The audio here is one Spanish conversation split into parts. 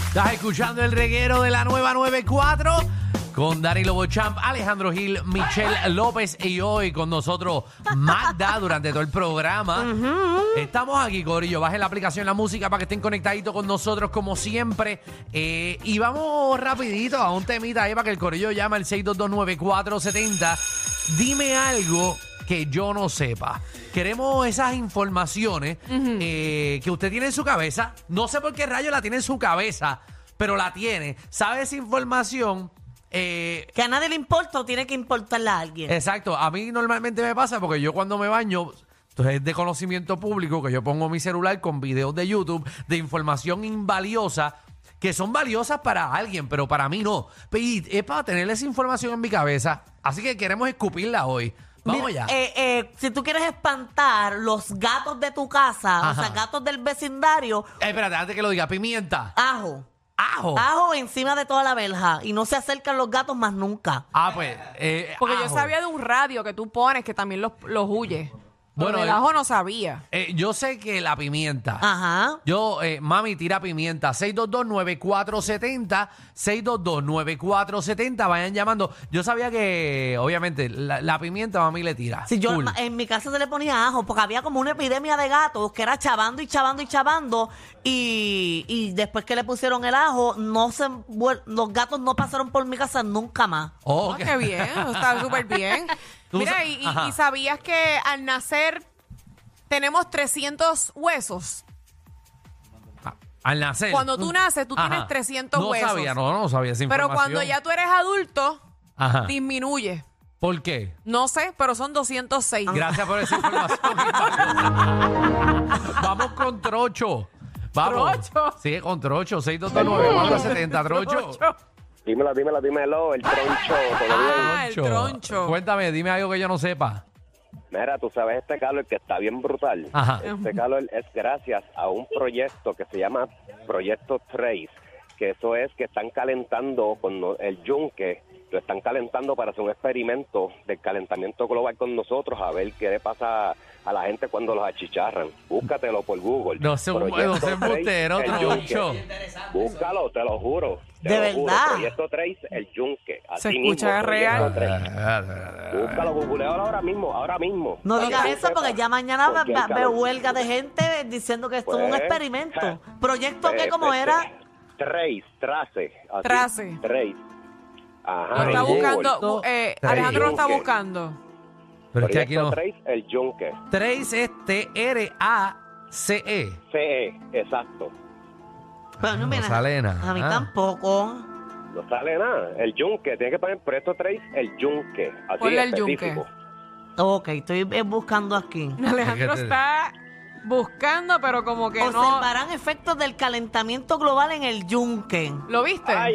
Estás escuchando el reguero de la nueva 94 con Danilo Bochamp, Alejandro Gil, Michelle López y hoy con nosotros Magda durante todo el programa. Estamos aquí, corillo. Bajen la aplicación La Música para que estén conectaditos con nosotros como siempre. Y vamos rapidito a un temita ahí para que el corillo llame al 6229470. Dime algo que yo no sepa. Queremos esas informaciones que usted tiene en su cabeza. No sé por qué rayo la tiene en su cabeza, pero la tiene. ¿Sabe esa información? Que a nadie le importa o tiene que importarle a alguien. Exacto. A mí normalmente me pasa porque yo cuando me baño, entonces es de conocimiento público que yo pongo mi celular con videos de YouTube de información invaliosa que son valiosas para alguien, pero para mí no. Y es para tener esa información en mi cabeza. Así que queremos escupirla hoy. Vamos Mira, allá. si tú quieres espantar los gatos de tu casa, o sea, gatos del vecindario, Espérate, antes que lo diga, pimienta. ajo. Ajo. Ajo encima de toda la verja y no se acercan los gatos más nunca. Pues. Porque yo ajo. sabía de un radio que tú pones que también los huye. Bueno, Bueno, el ajo no sabía. Yo sé que la pimienta. Ajá. Yo, mami, tira pimienta. 6229470. 6229470. Vayan llamando. Yo sabía que, obviamente, la pimienta mami le tira. Si yo Full. en mi casa se le ponía ajo porque había como una epidemia de gatos que era chavando y chavando y chavando y después que le pusieron el ajo los gatos no pasaron por mi casa nunca más. Oh, Ah, ok. qué bien, eso está súper bien. Tú Mira, sa- y Ajá. sabías que al nacer tenemos 300 huesos. Al nacer. Cuando tú naces, tú Ajá. tienes 300 no huesos. Sabía, no sabía esa Pero información. cuando ya tú eres adulto, Ajá. disminuye. ¿Por qué? No sé, pero son 206. Gracias por esa información. Vamos con Trocho. Vamos. ¿Trocho? Sí, con Trocho. 6229470. Trocho. Dímelo, el troncho. Ah, el troncho. Cuéntame, dime algo que yo no sepa. Mira, tú sabes este calor que está bien brutal. Ajá. Este calor es gracias a un proyecto que se llama Proyecto Trace, que eso es que están calentando con el yunque, lo están calentando para hacer un experimento del calentamiento global con nosotros, a ver qué le pasa a la gente cuando los achicharran. Búscatelo por Google. No sé, Proyecto no sé embustero, Trace, el yunque. Trocho. Búscalo, te lo juro. ¿De verdad? Proyecto Trace, el yunque. Se Así escucha mismo, real. Proyecto Trace. Búscalo, googlealo ahora mismo. No Para digas que tú eso porque sepas ya mañana por qué el va a haber calor. huelga de gente diciendo que esto es un Pues, experimento. ¿Proyecto qué? ¿Cómo era? Trace. Así, Trace. Trace. Ajá. Lo está en buscando. Google. Alejandro lo está Yunque. buscando. Pero es que aquí Proyecto no. Trace, el yunque. Trace es Trace. CE, exacto. Pero no, mira, sale nada. a mí tampoco. No sale nada. El yunque. Tienes que poner Proyecto Trace, el yunque. Así Ponle el específico. Ok, estoy buscando aquí. Alejandro te- está buscando, pero como que no. Observarán efectos del calentamiento global en el yunque. ¿Lo viste? Ay.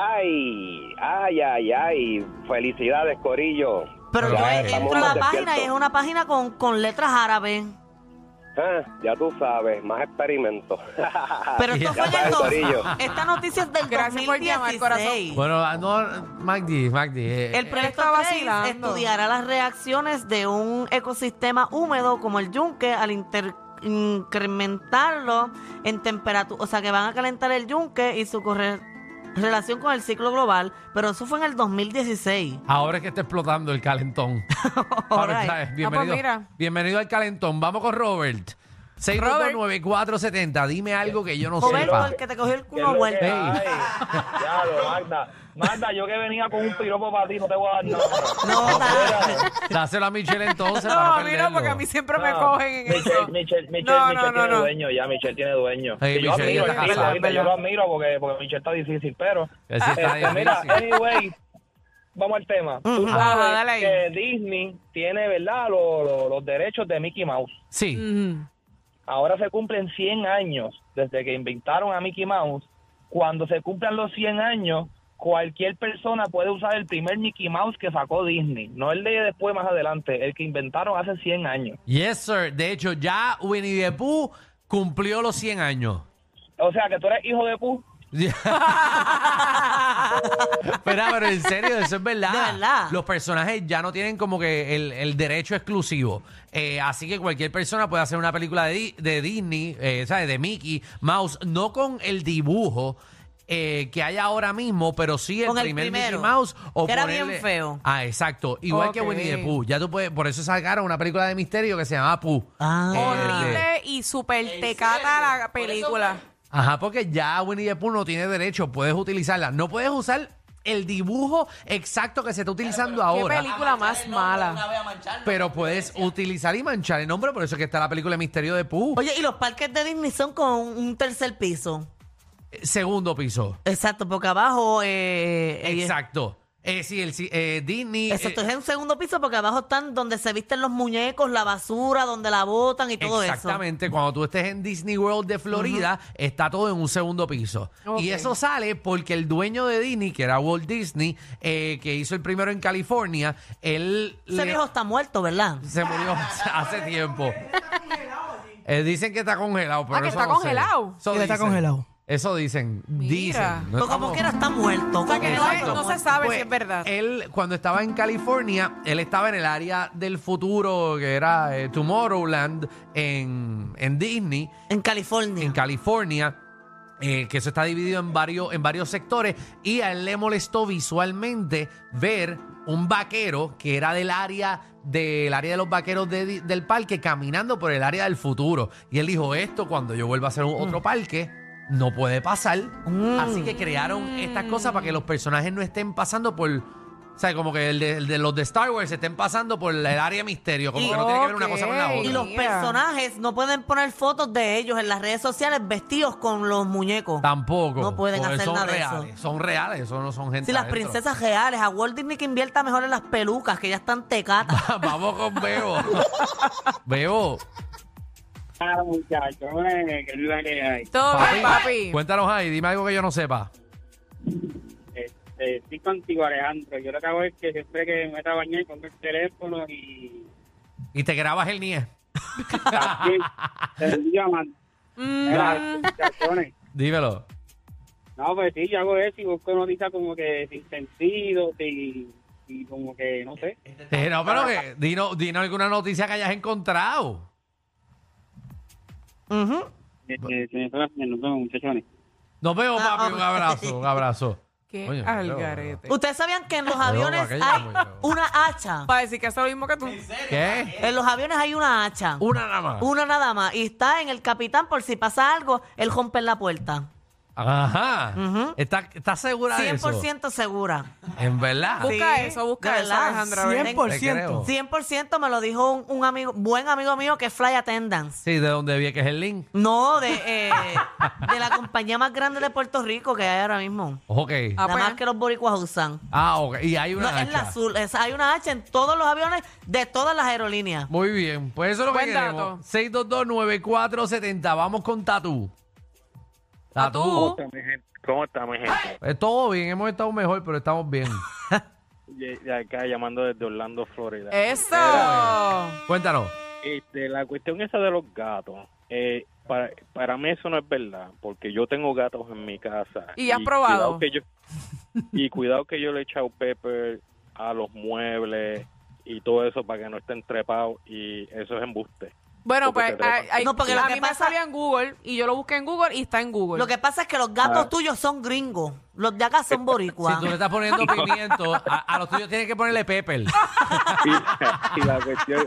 Felicidades, Corillo. Pero Pero yo ahí entro estamos a la más página y despiertos. es una página con letras árabes. Ya tú sabes, más experimentos. Pero esto fue en el Corillo. Esta noticia es del Gracias por llamar, 2016. Bueno, no, Magdi. El proyecto está Trace vacilando. estudiará las reacciones de un ecosistema húmedo como el yunque al incrementarlo en temperatura. O sea, que van a calentar el yunque y su relación con el ciclo global. Pero eso fue en el 2016. Ahora es que está explotando el calentón. Alright. ¿sabes? Bienvenido, mira. bienvenido al calentón. Vamos con Robert. 6229470. Dime algo que yo no Roberto, sepa. el que te cogió el ¿Qué es culo lo vuelto. que Ey. hay? Diablo, Magda, yo que venía con un piropo para ti, no te voy a dar nada. No, nada. Dáselo a Michelle entonces No, para a mí no, porque a mí siempre me cogen en eso. Michelle No, tiene no. dueño, ya Michelle tiene dueño. Ey, Que yo Michelle admiro, ya está el casada. tipo, yo lo admiro porque Michelle está difícil, pero... mira, Mira, anyway, vamos al tema. Tú Ajá, sabes dale ahí. que Disney tiene, ¿verdad?, los derechos de Mickey Mouse. sí. Ujú. Ahora se cumplen 100 años desde que inventaron a Mickey Mouse. Cuando se cumplan los 100 años, cualquier persona puede usar el primer Mickey Mouse que sacó Disney. No el de después, más adelante, el que inventaron hace 100 años. Yes, sir. De hecho, ya Winnie the Pooh cumplió los 100 años. O sea, que tú eres hijo de Pooh. Pero en serio, eso es verdad. De verdad. Los personajes ya no tienen como que el derecho exclusivo. Así que cualquier persona puede hacer una película de Disney, ¿sabes? De Mickey Mouse, no con el dibujo que hay ahora mismo, pero sí el Con el primer primero, Mickey Mouse. O que era ponerle- bien feo. Ah, exacto. Igual que Ok. Winnie the Pooh. Ya tú puedes, por eso sacaron una película de misterio que se llama Pooh. Ah. Horrible y súper tecata la película. Ajá, porque ya Winnie the Pooh no tiene derecho, puedes utilizarla. No puedes usar el dibujo exacto que se está utilizando Qué ahora, película más mala. pero puedes utilizar y manchar el nombre, por eso es que está la película de misterio de Pooh. Oye, y los parques de Disney son con un tercer piso. Segundo piso. Exacto, porque abajo... Exacto. Sí, Disney. Exacto, es un segundo piso porque abajo están donde se visten los muñecos, la basura, donde la botan y todo eso. Exactamente, cuando tú estés en Disney World de Florida, está todo en un segundo piso. Ok. Y eso sale porque el dueño de Disney, que era Walt Disney, que hizo el primero en California, él Ese viejo está muerto, ¿verdad? se murió hace tiempo. Dicen que está congelado, pero Ah, que eso está no sé. congelado. Eso Él está dicen. congelado. Eso dicen. Mira. Dicen. No Pero como estamos- quiera está muerto. O sea, que Exacto. no se sabe Pues, si es verdad. Él, cuando estaba en California, él estaba en el área del futuro, que era Tomorrowland, en Disney, En California. en California. Que eso está dividido en varios sectores. Y a él le molestó visualmente ver un vaquero que era del área de los vaqueros del parque caminando por el área del futuro. Y él dijo, esto cuando yo vuelva a hacer otro parque, no puede pasar. Así que crearon estas cosas para que los personajes no estén pasando por... O sea, como que el de los de Star Wars estén pasando por el área misterio. Como que no tiene que ver una cosa con la Ok. otra. Y los Mira. personajes no pueden poner fotos de ellos en las redes sociales vestidos con los muñecos. Tampoco. No pueden porque hacer son nada de reales. eso. Son reales, eso no son gente Si las adentro. princesas reales, a Walt Disney que invierta mejor en las pelucas, que ya están tecatas. Vamos con Bebo. Bebo, Ah, muchachos, que es la que hay. Todo bien, papi. cuéntanos ahí, dime algo que yo no sepa. Estoy contigo, Alejandro. Yo lo que hago es que siempre que me meto a bañar, pongo el teléfono y Y te grabas el NIE. también te envío a muchachones. Dímelo. No, pues sí, yo hago eso y busco noticias como que sin sentido y como que, no sé. No, pero que dinos alguna noticia que hayas encontrado. Ujú. Se me fue la señal, nos vemos, muchachones. Nos vemos, Ah, papi. ok. Un abrazo, un abrazo. Qué Oye, algarete. ¿Ustedes sabían que en los Pero aviones aquello hay muy bravo. una hacha? Para decir que hace lo mismo que tú. ¿Qué? En los aviones hay una hacha. Una nada más. Una nada más. Y está en el capitán por si pasa algo, él rompe en la puerta. Ajá. Ujú. ¿Estás segura de eso? 100% segura. En verdad. Busca Sí, eso, busca de eso, verdad. Alejandra. a ver. 100%. 100% me lo dijo un amigo, buen amigo mío que es Fly Attendance. Sí, de donde vi que es el link. No, de la compañía más grande de Puerto Rico que hay ahora mismo. Ok. Ah, Nada pues. más que los boricuas usan. Ok. Y hay No, una es la hacha. azul. Hay una hacha en todos los aviones de todas las aerolíneas. Muy bien. Pues eso es lo que Buen queremos. dato. 6229470. Vamos con Tatú. Tatú. ¿Cómo está, mi gente? Todo bien. Hemos estado mejor, pero estamos bien. De acá llamando desde Orlando, Florida. Eso. Cuéntanos. La cuestión esa de los gatos, para mí eso no es verdad, porque yo tengo gatos en mi casa. ¿Y has probado? Cuidado que yo le he echado pepper a los muebles y todo eso para que no estén trepados, y eso es embuste. Bueno, Porque pues se trepan. No, porque lo a que mí me pasa- salió en Google y yo lo busqué en Google y está en Google. Lo que pasa es que los gatos tuyos son gringos. Los de acá son Si boricuas. tú le estás poniendo pimiento, a los tuyos tienes que ponerle pepper. Y la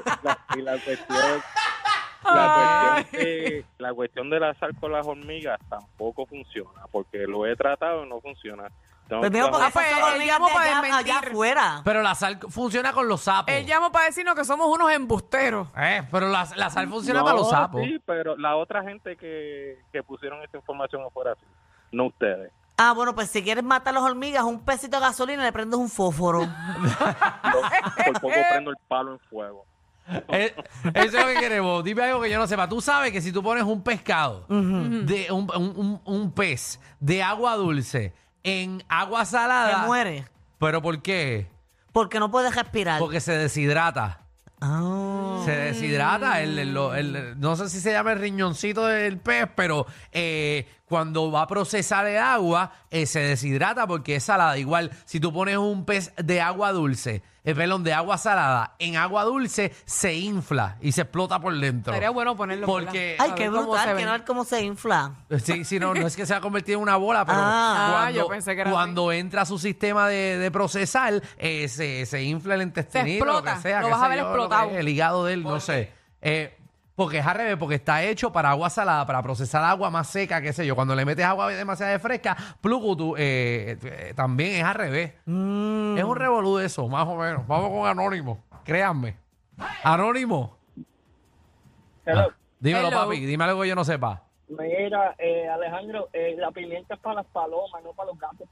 cuestión de la sal con las hormigas tampoco funciona, porque lo he tratado y no funciona. Pues mío, porque pues, esas son él hormigas llamó de para allá desmentir. afuera. Pero la sal funciona con los sapos. Él llamó para decirnos que somos unos embusteros. Pero la sal funciona para los sapos. Sí, pero la otra gente que pusieron esa información afuera, sí, no ustedes. Ah, bueno, pues si quieres matar las hormigas, un pesito de gasolina y le prendes un fósforo. Por poco prendo el palo en fuego. Eso es lo que queremos. Dime algo que yo no sepa. Tú sabes que si tú pones un pescado, de un pez de agua dulce en agua Se salada, muere. ¿pero por qué? Porque no puedes respirar. Porque se deshidrata. Ah. Se deshidrata. No sé si se llama el riñoncito del pez, pero cuando va a procesar el agua, se deshidrata porque es salada. Igual, si tú pones un pez de agua dulce, de agua salada, en agua dulce, se infla y se explota por dentro. Sería bueno ponerlo. Porque, Ay, A qué ver cómo brutal, se quiero ven. ver cómo se infla. sí, no es que se va a convertir en una bola, pero yo pensé que era cuando entra a su sistema de procesar, se infla el intestinito, explota, lo que sea, lo qué vas a sé ver yo, explotado. el hígado de él, no sé. Porque es al revés, porque está hecho para agua salada, para procesar agua más seca, qué sé yo. Cuando le metes agua demasiado fresca, plugo, también es al revés. Es un revolú eso, más o menos. Vamos con Anónimo, créanme. Anónimo. Hello. Dímelo, Hello. papi, dime algo que yo no sepa. Mira, Alejandro, la pimienta es para las palomas, no para los gatos.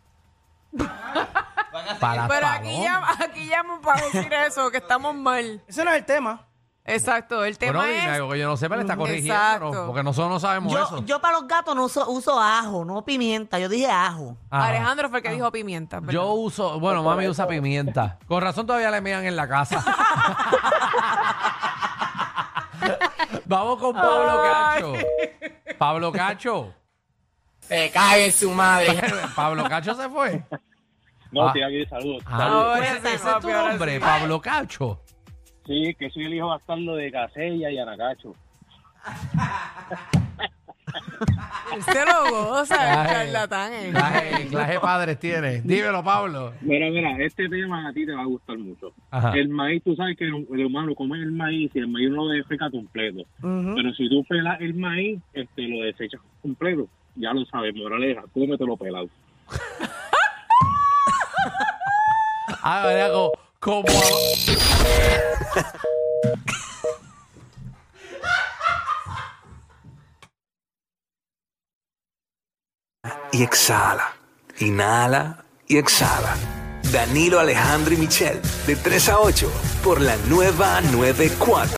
Para Pero las aquí llaman para decir eso, que estamos mal. Ese no es el tema. Exacto, el tema Bueno, dime es... algo que yo no sepa, le está corrigiendo, Exacto. ¿no? Porque nosotros no sabemos eso. Yo para los gatos no uso ajo, no pimienta. Yo dije ajo. Ajá. Alejandro fue el que dijo pimienta. ¿verdad? Yo uso, bueno, mami usa pimienta. Con razón todavía le mean en la casa. Vamos con Pablo Cacho. Pablo Cacho. Se cae en su madre. Pablo Cacho se fue. No, Ah. tío, aquí saludos. Ahora ese sí, es tu papi, ahora nombre, sí. Pablo Cacho. Sí, que soy el hijo bastardo de Casella y Anacacho. Se lo goza, el Claje- charlatán. claje padres tiene. Dímelo, Pablo. Mira, este tema a ti te va a gustar mucho. Ajá. El maíz, tú sabes que el humano come el maíz y el maíz no lo defeca completo. Pero si tú pelas el maíz, lo desechas completo. Ya lo sabes, moraleja, cómetelo pelado. Ah, ¿verdad? Como... Y exhala. Inhala y exhala. Danilo Alejandro y Michel, de 3 a 8, por la nueva 94.